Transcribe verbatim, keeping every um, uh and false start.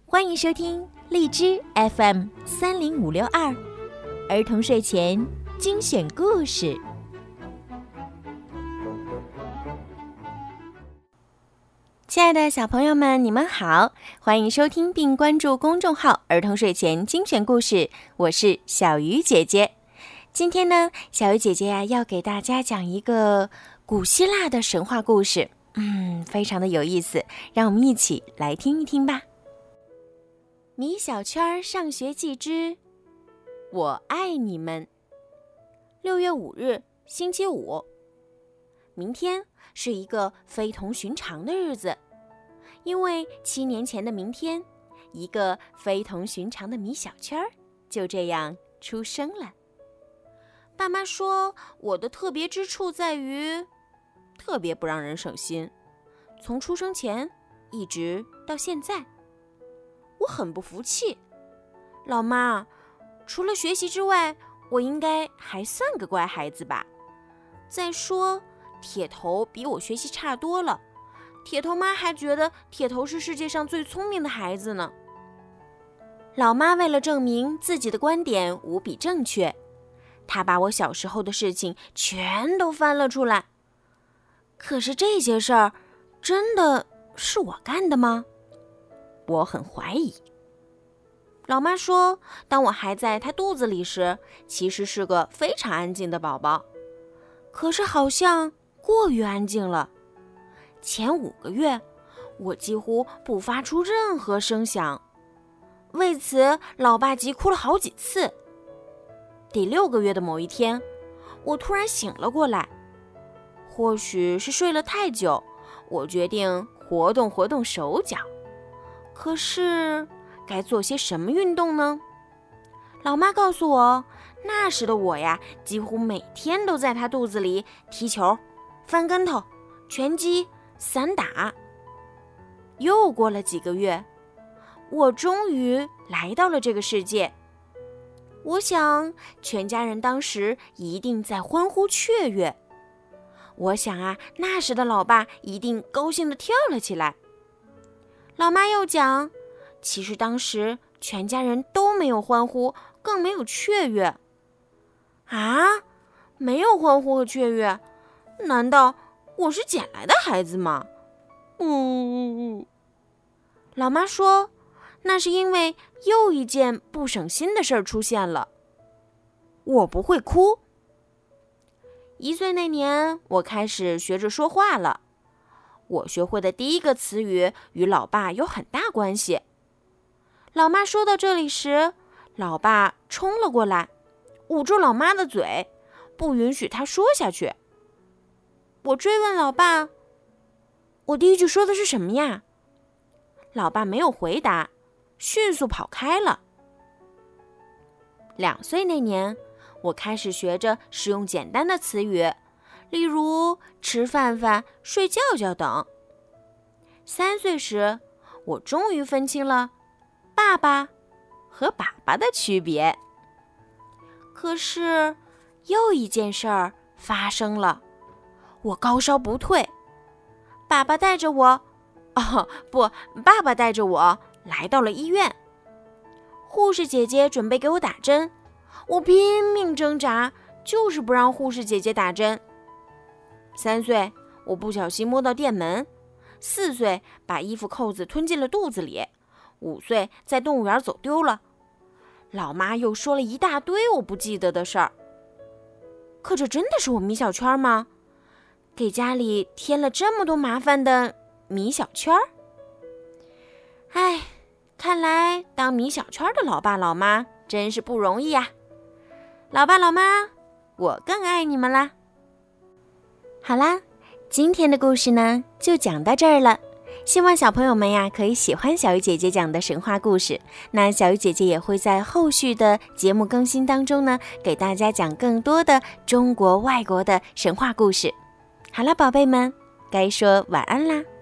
欢迎收听荔枝 F M 三零五六二儿童睡前精选故事。亲爱的小朋友们，你们好，欢迎收听并关注公众号儿童睡前精选故事，我是小鱼姐姐。今天呢，小鱼姐姐呀、啊、要给大家讲一个古希腊的神话故事，嗯，非常的有意思，让我们一起来听一听吧。米小圈上学记之我爱你们。六月五日，星期五。明天是一个非同寻常的日子，因为七年前的明天，一个非同寻常的米小圈就这样出生了。爸妈说，我的特别之处在于特别不让人省心，从出生前一直到现在。我很不服气，老妈，除了学习之外，我应该还算个乖孩子吧？再说，铁头比我学习差多了，铁头妈还觉得铁头是世界上最聪明的孩子呢。老妈为了证明自己的观点无比正确，她把我小时候的事情全都翻了出来。可是这些事儿，真的是我干的吗？我很怀疑。老妈说，当我还在她肚子里时，其实是个非常安静的宝宝，可是好像过于安静了。前五个月，我几乎不发出任何声响，为此老爸急哭了好几次。第六个月的某一天，我突然醒了过来，或许是睡了太久，我决定活动活动手脚。可是该做些什么运动呢？老妈告诉我，那时的我呀，几乎每天都在她肚子里踢球、翻跟头、拳击、散打。又过了几个月，我终于来到了这个世界。我想，全家人当时一定在欢呼雀跃。我想啊，那时的老爸一定高兴地跳了起来。老妈又讲，其实当时全家人都没有欢呼，更没有雀跃。啊，没有欢呼和雀跃？难道我是捡来的孩子吗？呜、嗯，老妈说，那是因为又一件不省心的事儿出现了。我不会哭。一岁那年，我开始学着说话了。我学会的第一个词语与老爸有很大关系。老妈说到这里时，老爸冲了过来，捂住老妈的嘴，不允许她说下去。我追问老爸，我第一句说的是什么呀？老爸没有回答，迅速跑开了。两岁那年，我开始学着使用简单的词语，例如吃饭饭、睡觉觉等。三岁时，我终于分清了爸爸和爸爸的区别。可是，又一件事儿发生了，我高烧不退。爸爸带着我，哦不，爸爸带着我来到了医院。护士姐姐准备给我打针，我拼命挣扎，就是不让护士姐姐打针。三岁，我不小心摸到电门；四岁，把衣服扣子吞进了肚子里；五岁，在动物园走丢了。老妈又说了一大堆我不记得的事儿。可这真的是我米小圈吗？给家里添了这么多麻烦的米小圈？哎，看来当米小圈的老爸老妈真是不容易呀！老爸老妈，我更爱你们啦！好啦，今天的故事呢，就讲到这儿了。希望小朋友们呀，可以喜欢小鱼姐姐讲的神话故事。那小鱼姐姐也会在后续的节目更新当中呢，给大家讲更多的中国、外国的神话故事。好了，宝贝们，该说晚安啦。